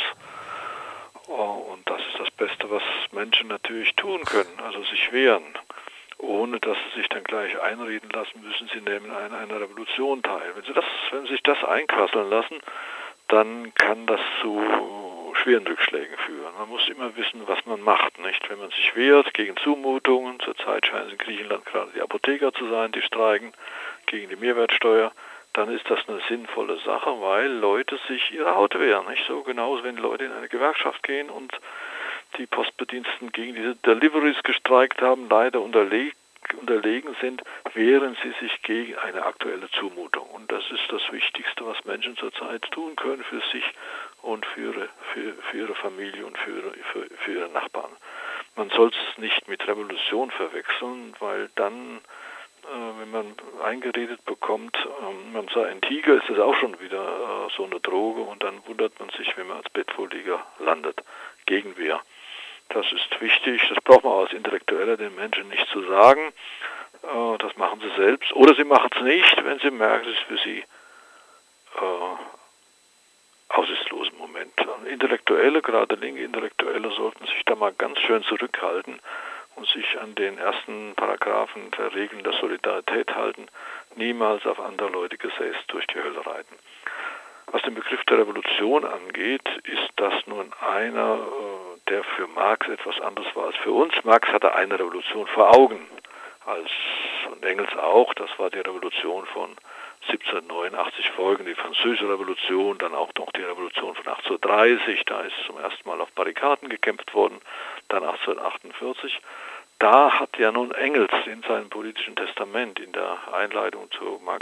Oh, und das ist das Beste, was Menschen natürlich tun können, also sich wehren, ohne dass sie sich dann gleich einreden lassen müssen, sie nehmen an einer Revolution teil. Wenn sie das, wenn sie sich das einquasseln lassen, dann kann das zu schweren Rückschlägen führen. Man muss immer wissen, was man macht, nicht? Wenn man sich wehrt gegen Zumutungen, zurzeit scheinen es in Griechenland gerade die Apotheker zu sein, die streiken, gegen die Mehrwertsteuer, dann ist das eine sinnvolle Sache, weil Leute sich ihre Haut wehren. Nicht so genauso, wenn Leute in eine Gewerkschaft gehen und die Postbediensteten gegen diese Deliveries gestreikt haben, leider unterleg, unterlegen sind, wehren sie sich gegen eine aktuelle Zumutung. Und das ist das Wichtigste, was Menschen zurzeit tun können für sich und für ihre, für, für ihre Familie und für ihre, für, für ihre Nachbarn. Man soll es nicht mit Revolution verwechseln, weil dann wenn man eingeredet bekommt, man sei ein Tiger, ist das auch schon wieder so eine Droge und dann wundert man sich, wenn man als Bettvorleger landet. Gegenwehr. Das ist wichtig, das braucht man als Intellektueller den Menschen nicht zu sagen. Das machen sie selbst. Oder sie machen es nicht, wenn sie merken, es ist für sie äh, aussichtslos im Moment. Intellektuelle, gerade linke Intellektuelle, sollten sich da mal ganz schön zurückhalten und sich an den ersten Paragraphen der Regeln der Solidarität halten, niemals auf andere Leute Gesäß durch die Hölle reiten. Was den Begriff der Revolution angeht, ist das nun einer, der für Marx etwas anderes war als für uns. Marx hatte eine Revolution vor Augen, als und Engels auch, das war die Revolution von siebzehnhundertneunundachtzig folgend, die Französische Revolution, dann auch noch die Revolution von achtzehnhundertdreißig, da ist zum ersten Mal auf Barrikaden gekämpft worden, dann achtzehnhundertachtundvierzig. Da hat ja nun Engels in seinem politischen Testament, in der Einleitung zu Marx'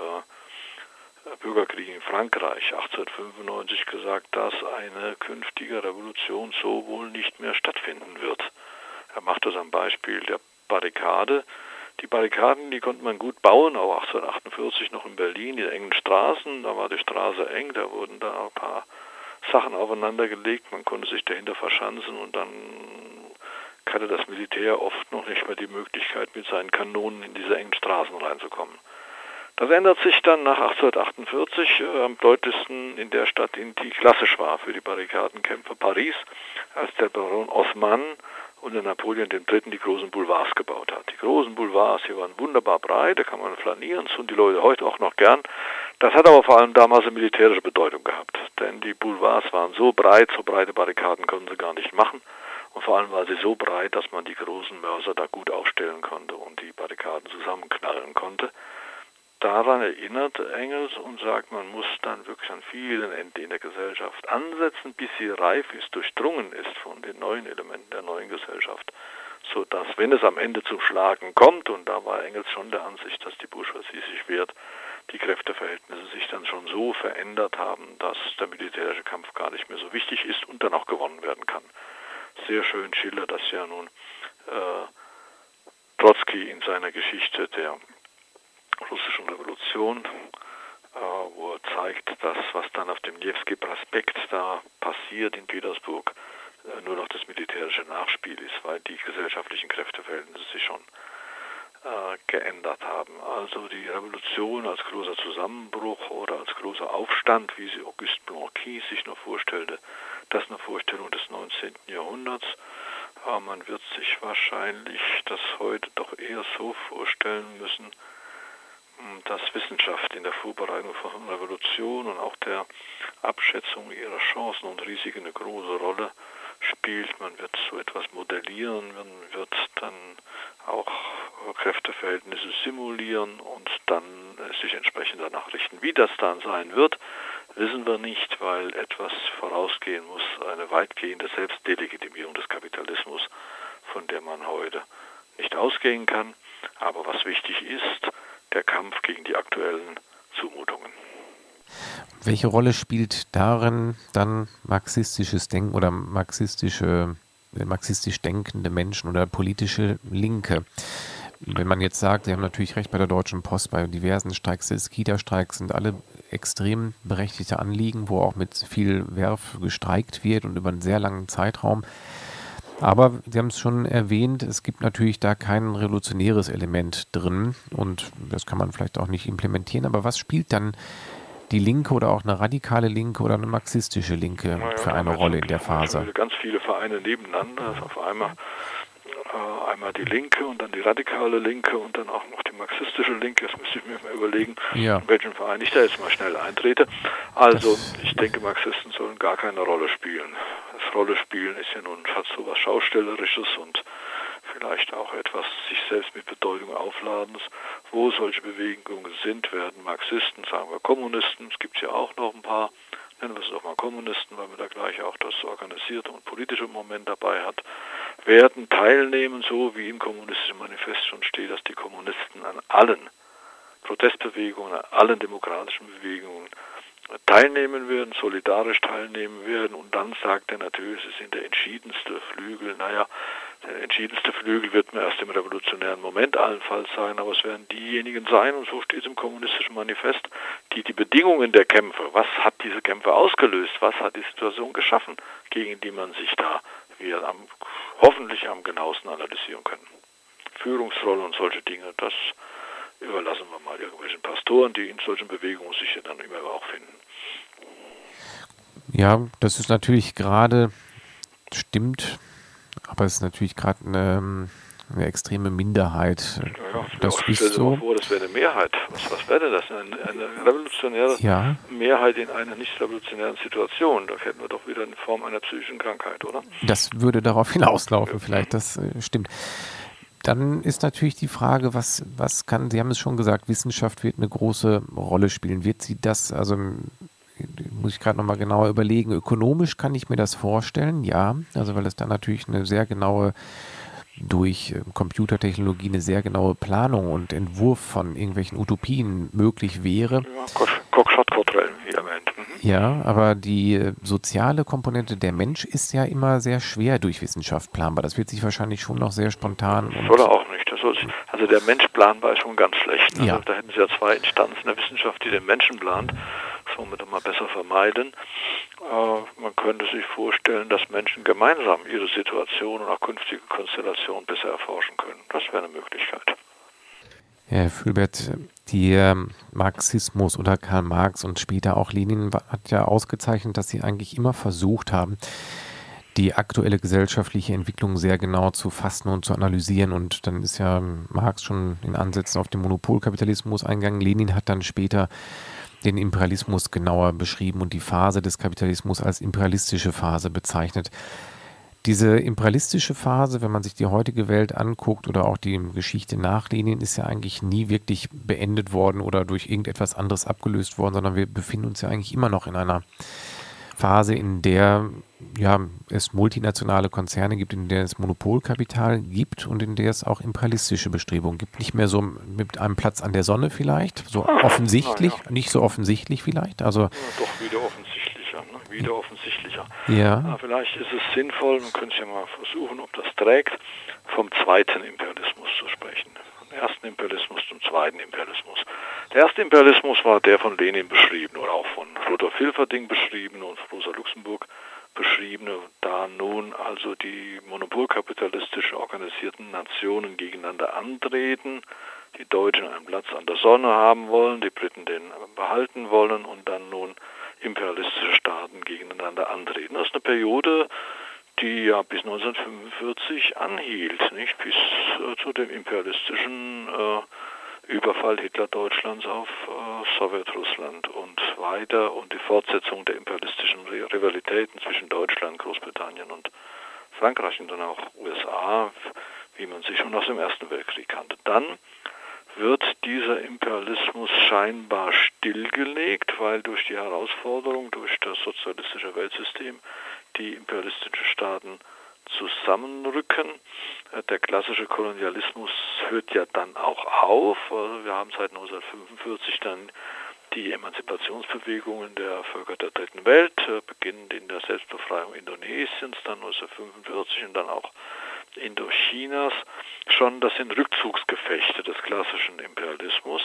äh, Bürgerkrieg in Frankreich achtzehnhundertfünfundneunzig gesagt, dass eine künftige Revolution so wohl nicht mehr stattfinden wird. Er macht das am Beispiel der Barrikade. Die Barrikaden, die konnte man gut bauen, auch achtzehnhundertachtundvierzig noch in Berlin, in engen Straßen. Da war die Straße eng, da wurden da ein paar Sachen aufeinander gelegt, man konnte sich dahinter verschanzen und dann hatte das Militär oft noch nicht mehr die Möglichkeit, mit seinen Kanonen in diese engen Straßen reinzukommen. Das ändert sich dann nach achtzehnhundertachtundvierzig äh, am deutlichsten in der Stadt, in die klassisch war für die Barrikadenkämpfer, Paris, als der Baron Haussmann unter Napoleon der Dritte die großen Boulevards gebaut hat. Die großen Boulevards, die waren wunderbar breit, da kann man flanieren, das tun die Leute heute auch noch gern. Das hat aber vor allem damals eine militärische Bedeutung gehabt, denn die Boulevards waren so breit, so breite Barrikaden konnten sie gar nicht machen. Und vor allem war sie so breit, dass man die großen Mörser da gut aufstellen konnte und die Barrikaden zusammenknallen konnte. Daran erinnert Engels und sagt, man muss dann wirklich an vielen Enden in der Gesellschaft ansetzen, bis sie reif ist, durchdrungen ist von den neuen Elementen der neuen Gesellschaft, sodass, wenn es am Ende zum Schlagen kommt, und da war Engels schon der Ansicht, dass die Bourgeoisie sich wehrt, die Kräfteverhältnisse sich dann schon so verändert haben, dass der militärische Kampf gar nicht mehr so wichtig ist und dann auch gewonnen werden kann. Sehr schön schildert das ja nun äh, Trotzki in seiner Geschichte der russischen Revolution, äh, wo er zeigt, dass was dann auf dem Newski Prospekt da passiert in Petersburg, äh, nur noch das militärische Nachspiel ist, weil die gesellschaftlichen Kräfteverhältnisse sich schon äh, geändert haben. Also die Revolution als großer Zusammenbruch oder als großer Aufstand, wie sie Auguste Blanqui sich noch vorstellte, das ist eine Vorstellung des neunzehnten Jahrhunderts. Aber man wird sich wahrscheinlich das heute doch eher so vorstellen müssen, dass Wissenschaft in der Vorbereitung von Revolution und auch der Abschätzung ihrer Chancen und Risiken eine große Rolle spielt. Man wird so etwas modellieren, man wird dann auch Kräfteverhältnisse simulieren und dann sich entsprechend danach richten. Wie das dann sein wird, wissen wir nicht, weil etwas vorausgehen muss, eine weitgehende Selbstdelegitimierung des Kapitalismus, von der man heute nicht ausgehen kann. Aber was wichtig ist, der Kampf gegen die aktuellen Zumutungen. Welche Rolle spielt darin dann marxistisches Denken oder marxistische, marxistisch denkende Menschen oder politische Linke? Wenn man jetzt sagt, Sie haben natürlich recht, bei der Deutschen Post, bei diversen Streiks, des Kita-Streiks sind alle extrem berechtigte Anliegen, wo auch mit viel Werf gestreikt wird und über einen sehr langen Zeitraum. Aber Sie haben es schon erwähnt, es gibt natürlich da kein revolutionäres Element drin und das kann man vielleicht auch nicht implementieren. Aber was spielt dann die Linke oder auch eine radikale Linke oder eine marxistische Linke naja, für eine Rolle in der Phase? Ganz viele Vereine nebeneinander, auf einmal, äh, einmal die Linke und dann die radikale Linke und dann auch noch die marxistische Linke. Jetzt müsste ich mir mal überlegen, ja. in welchen Verein ich da jetzt mal schnell eintrete. Also das ich denke, Marxisten sollen gar keine Rolle spielen. Das Rolle spielen ist ja nun fast so was Schaustellerisches und vielleicht auch etwas sich selbst mit Bedeutung aufladens. Wo solche Bewegungen sind, werden Marxisten, sagen wir Kommunisten, es gibt ja auch noch ein paar, nennen wir es doch mal Kommunisten, weil man da gleich auch das organisierte und politische Moment dabei hat, werden teilnehmen, so wie im Kommunistischen Manifest schon steht, dass die Kommunisten an allen Protestbewegungen, an allen demokratischen Bewegungen teilnehmen werden, solidarisch teilnehmen werden und dann sagt er natürlich, es sind der entschiedenste Flügel, naja, der entschiedenste Flügel wird mir erst im revolutionären Moment allenfalls sein, aber es werden diejenigen sein, und so steht es im Kommunistischen Manifest, die die Bedingungen der Kämpfe, was hat diese Kämpfe ausgelöst, was hat die Situation geschaffen, gegen die man sich da wir am, hoffentlich am genauesten analysieren können. Führungsrolle und solche Dinge, das überlassen wir mal irgendwelchen Pastoren, die in solchen Bewegungen sich dann immer auch finden. Ja, das ist natürlich gerade, stimmt, aber es ist natürlich gerade eine, eine extreme Minderheit. Ja, das ja, ist stell dir so. mal vor, das wäre eine Mehrheit. Was, was wäre denn das? Eine, eine revolutionäre ja. Mehrheit in einer nicht revolutionären Situation. Da hätten wir doch wieder eine Form einer psychischen Krankheit, oder? Das würde darauf hinauslaufen, ja. vielleicht, das äh, stimmt. Dann ist natürlich die Frage, was, was kann, Sie haben es schon gesagt, Wissenschaft wird eine große Rolle spielen. Wird sie das, also muss ich gerade nochmal genauer überlegen, ökonomisch kann ich mir das vorstellen, ja, also weil es dann natürlich eine sehr genaue, durch Computertechnologie eine sehr genaue Planung und Entwurf von irgendwelchen Utopien möglich wäre. Ja, Coq-Schott-Quadrellen, wie erwähnt. Mhm. Ja, aber die soziale Komponente, der Mensch ist ja immer sehr schwer durch Wissenschaft planbar. Das wird sich wahrscheinlich schon noch sehr spontan. Und soll er auch nicht. Das soll sich, also der Mensch planbar ist schon ganz schlecht. Also ja. Da hätten Sie ja zwei Instanzen der Wissenschaft, die den Menschen plant. Das wollen wir doch mal besser vermeiden. Äh, man könnte sich vorstellen, dass Menschen gemeinsam ihre Situation und auch künftige Konstellationen besser erforschen können. Das wäre eine Möglichkeit. Ja, Herr Fülbert, der Marxismus oder Karl Marx und später auch Lenin hat ja ausgezeichnet, dass sie eigentlich immer versucht haben, die aktuelle gesellschaftliche Entwicklung sehr genau zu fassen und zu analysieren. Und dann ist ja Marx schon in Ansätzen auf den Monopolkapitalismus eingegangen. Lenin hat dann später den Imperialismus genauer beschrieben und die Phase des Kapitalismus als imperialistische Phase bezeichnet. Diese imperialistische Phase, wenn man sich die heutige Welt anguckt oder auch die Geschichte nach Lenin, ist ja eigentlich nie wirklich beendet worden oder durch irgendetwas anderes abgelöst worden, sondern wir befinden uns ja eigentlich immer noch in einer Phase, in der ja, es multinationale Konzerne gibt, in der es Monopolkapital gibt und in der es auch imperialistische Bestrebungen gibt. Nicht mehr so mit einem Platz an der Sonne vielleicht, so Ach, offensichtlich, ja. nicht so offensichtlich vielleicht. Also, ja, doch wieder offensichtlicher, ne? wieder offensichtlicher. Ja. Ja, vielleicht ist es sinnvoll, man könnte ja mal versuchen, ob das trägt, vom zweiten Imperialismus zu sprechen. Vom ersten Imperialismus zum zweiten Imperialismus. Der erste Imperialismus war der von Lenin beschrieben oder auch von Rudolf Hilferding beschrieben und Rosa Luxemburg beschriebene, da nun also die monopolkapitalistisch organisierten Nationen gegeneinander antreten, die Deutschen einen Platz an der Sonne haben wollen, die Briten den behalten wollen und dann nun imperialistische Staaten gegeneinander antreten. Das ist eine Periode, die ja bis neunzehnhundertfünfundvierzig anhielt, nicht bis äh, zu dem imperialistischen äh, Überfall Hitler-Deutschlands auf äh, Sowjetrussland und weiter und die Fortsetzung der imperialistischen Rivalitäten zwischen Deutschland, Großbritannien und Frankreich und dann auch U S A, wie man sie schon aus dem Ersten Weltkrieg kannte. Dann wird dieser Imperialismus scheinbar stillgelegt, weil durch die Herausforderung, durch das sozialistische Weltsystem die imperialistischen Staaten zusammenrücken. Der klassische Kolonialismus hört ja dann auch auf. Wir haben seit neunzehnhundertfünfundvierzig dann die Emanzipationsbewegungen der Völker der Dritten Welt, beginnend in der Selbstbefreiung Indonesiens, dann neunzehnhundertfünfundvierzig und dann auch Indochinas. Schon das sind Rückzugsgefechte des klassischen Imperialismus.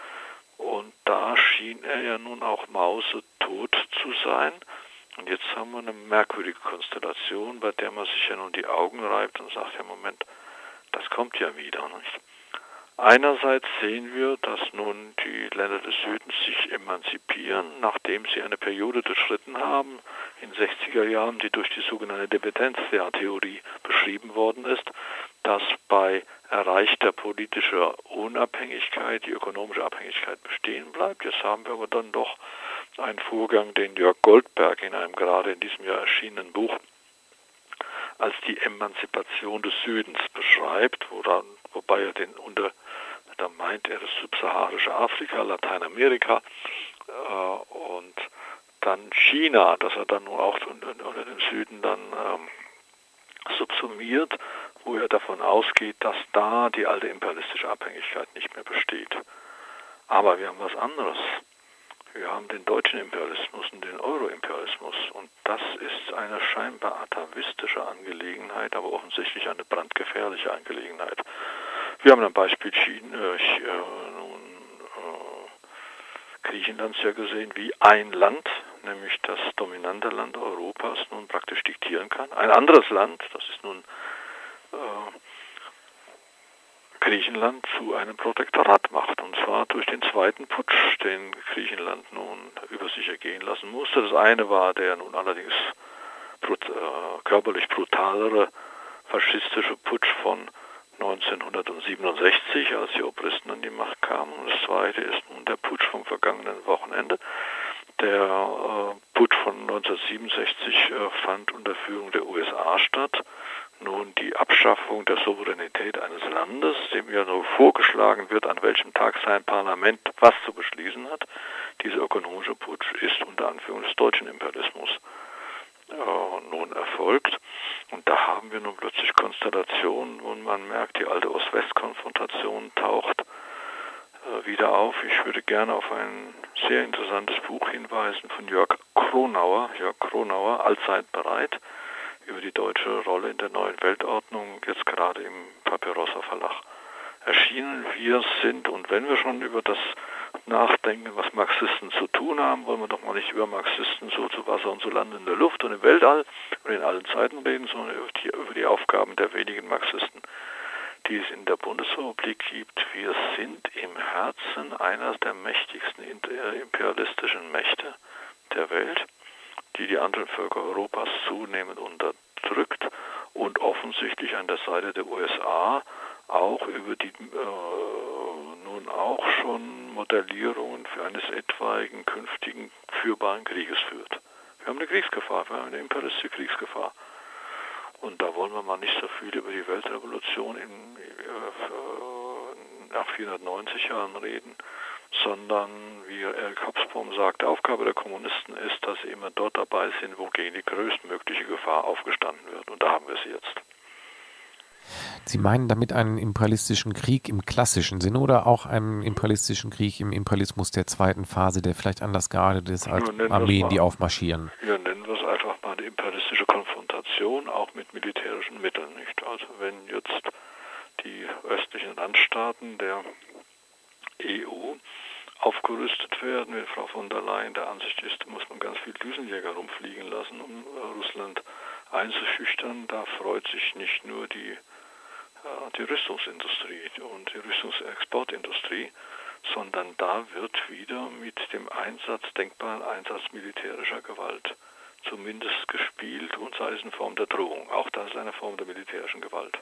Und da schien er ja nun auch mausetot zu sein. Und jetzt haben wir eine merkwürdige Konstellation, bei der man sich ja nun die Augen reibt und sagt, ja Moment, das kommt ja wieder, nicht? Einerseits sehen wir, dass nun die Länder des Südens sich emanzipieren, nachdem sie eine Periode durchschritten haben, in den sechziger Jahren, die durch die sogenannte Dependenztheorie beschrieben worden ist, dass bei erreichter politischer Unabhängigkeit die ökonomische Abhängigkeit bestehen bleibt. Jetzt haben wir aber dann doch einen Vorgang, den Jörg Goldberg in einem gerade in diesem Jahr erschienenen Buch als die Emanzipation des Südens beschreibt, woran, wobei er den unter, da meint er das subsaharische Afrika, Lateinamerika äh, und dann China, das er dann auch unter, unter dem Süden dann ähm, subsumiert, wo er davon ausgeht, dass da die alte imperialistische Abhängigkeit nicht mehr besteht. Aber wir haben was anderes. Wir haben den deutschen Imperialismus und den Euro-Imperialismus und das ist eine scheinbar atavistische Angelegenheit, aber offensichtlich eine brandgefährliche Angelegenheit. Wir haben am Beispiel China, äh, nun, äh, Griechenlands ja gesehen, wie ein Land, nämlich das dominante Land Europas, nun praktisch diktieren kann. Ein anderes Land, das ist nun äh, Griechenland zu einem Protektorat macht, und zwar durch den zweiten Putsch, den Griechenland nun über sich ergehen lassen musste. Das eine war der nun allerdings brut, äh, körperlich brutalere faschistische Putsch von neunzehnhundertsiebenundsechzig, als die Obristen an die Macht kamen. Und das zweite ist nun der Putsch vom vergangenen Wochenende. Der äh, Putsch von neunzehnhundertsiebenundsechzig äh, fand unter Führung der U S A statt. Nun die Abschaffung der Souveränität eines Landes, dem ja nur vorgeschlagen wird, an welchem Tag sein Parlament was zu beschließen hat. Dieser ökonomische Putsch ist unter Anführung des deutschen Imperialismus äh, nun erfolgt. Und da haben wir nun plötzlich Konstellationen, wo man merkt, die alte Ost-West-Konfrontation taucht äh, wieder auf. Ich würde gerne auf ein sehr interessantes Buch hinweisen von Jörg Kronauer, Jörg Kronauer, Allzeit bereit, über die deutsche Rolle in der neuen Weltordnung, jetzt gerade im Papirossa Verlag erschienen. Wir sind, und wenn wir schon über das nachdenken, was Marxisten zu tun haben, wollen wir doch mal nicht über Marxisten so zu Wasser und zu Land in der Luft und im Weltall und in allen Zeiten reden, sondern über die, über die Aufgaben der wenigen Marxisten, die es in der Bundesrepublik gibt. Wir sind im Herzen einer der mächtigsten imperialistischen Mächte der Welt, die die anderen Völker Europas zunehmend unterdrückt und offensichtlich an der Seite der U S A auch über die äh, nun auch schon Modellierungen für eines etwaigen künftigen führbaren Krieges führt. Wir haben eine Kriegsgefahr, wir haben eine imperialistische Kriegsgefahr. Und da wollen wir mal nicht so viel über die Weltrevolution in, äh, nach vierhundertneunzig Jahren reden, sondern, wie Eric Hobsbawm sagt, Aufgabe der Kommunisten ist, dass sie immer dort dabei sind, wo gegen die größtmögliche Gefahr aufgestanden wird. Und da haben wir sie jetzt. Sie meinen damit einen imperialistischen Krieg im klassischen Sinne oder auch einen imperialistischen Krieg im Imperialismus der zweiten Phase, der vielleicht anders geartet ist als Ja, Armeen, die aufmarschieren? Ja, nennen wir es einfach mal eine imperialistische Konfrontation, auch mit militärischen Mitteln, nicht? Also wenn jetzt die östlichen Randstaaten der E U aufgerüstet werden, wenn Frau von der Leyen der Ansicht ist, muss man ganz viel Düsenjäger rumfliegen lassen, um äh, Russland einzuschüchtern, da freut sich nicht nur die, äh, die Rüstungsindustrie und die Rüstungsexportindustrie, sondern da wird wieder mit dem Einsatz, denkbaren Einsatz militärischer Gewalt zumindest gespielt, und sei es in Form der Drohung. Auch das ist eine Form der militärischen Gewalt.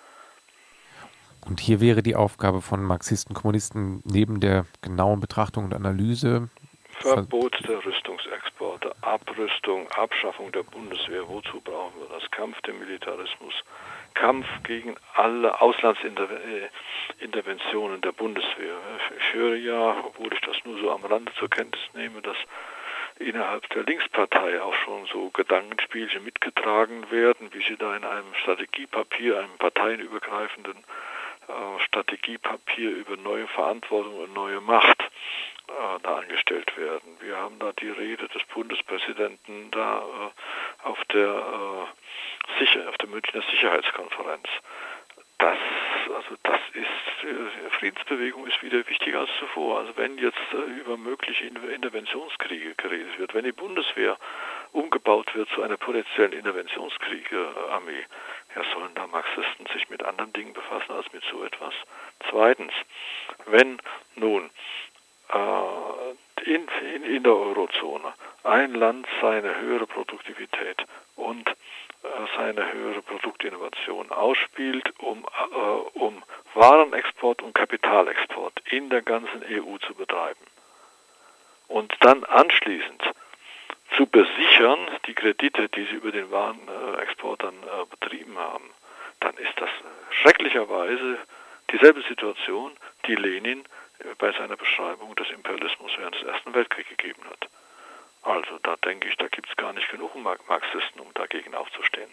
Und hier wäre die Aufgabe von Marxisten, Kommunisten neben der genauen Betrachtung und Analyse Verbot der Rüstungsexporte, Abrüstung, Abschaffung der Bundeswehr. Wozu brauchen wir das? Kampf dem Militarismus, Kampf gegen alle Auslandsinterventionen der Bundeswehr. Ich höre ja, obwohl ich das nur so am Rande zur Kenntnis nehme, dass innerhalb der Linkspartei auch schon so Gedankenspielchen mitgetragen werden, wie sie da in einem Strategiepapier, einem parteienübergreifenden äh, Strategiepapier über neue Verantwortung und neue Macht äh, da angestellt werden. Wir haben da die Rede des Bundespräsidenten da äh, auf der äh, Sicher, auf der Münchner Sicherheitskonferenz. Das, also das ist, äh, Friedensbewegung ist wieder wichtiger als zuvor. Also wenn jetzt äh, über mögliche Interventionskriege geredet wird, wenn die Bundeswehr umgebaut wird zu einer potenziellen Interventionskriege-Armee, ja, sollen da Marxisten sich mit anderen Dingen befassen als mit so etwas? Zweitens, wenn nun äh, in, in, in der Eurozone ein Land seine höhere Produktivität und seine höhere Produktinnovation ausspielt, um, äh, um Warenexport und Kapitalexport in der ganzen E U zu betreiben. Und dann anschließend zu besichern, die Kredite, die sie über den Warenexport dann äh, betrieben haben, dann ist das schrecklicherweise dieselbe Situation, die Lenin bei seiner Beschreibung des Imperialismus während des Ersten Weltkriegs gegeben hat. Also da denke ich, da gibt es gar nicht genug Marxisten, um dagegen aufzustehen.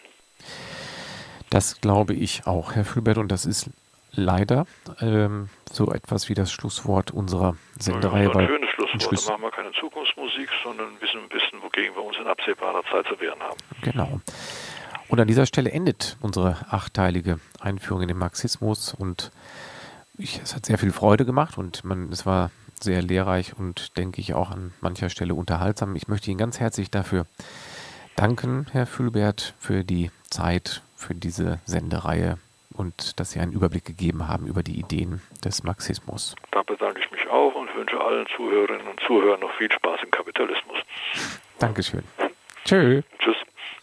Das glaube ich auch, Herr Fülbert, und das ist leider ähm, so etwas wie das Schlusswort unserer Sendereihe. Ja, das ist ein schönes Schlusswort. Schluss- da machen wir keine Zukunftsmusik, sondern wissen ein bisschen, wogegen wir uns in absehbarer Zeit zu wehren haben. Genau. Und an dieser Stelle endet unsere achteilige Einführung in den Marxismus, und ich, es hat sehr viel Freude gemacht und man, es war sehr lehrreich und, denke ich, auch an mancher Stelle unterhaltsam. Ich möchte Ihnen ganz herzlich dafür danken, Herr Fülbert, für die Zeit, für diese Sendereihe und dass Sie einen Überblick gegeben haben über die Ideen des Marxismus. Da bedanke ich mich auch und wünsche allen Zuhörerinnen und Zuhörern noch viel Spaß im Kapitalismus. Dankeschön. Tschö. Tschüss.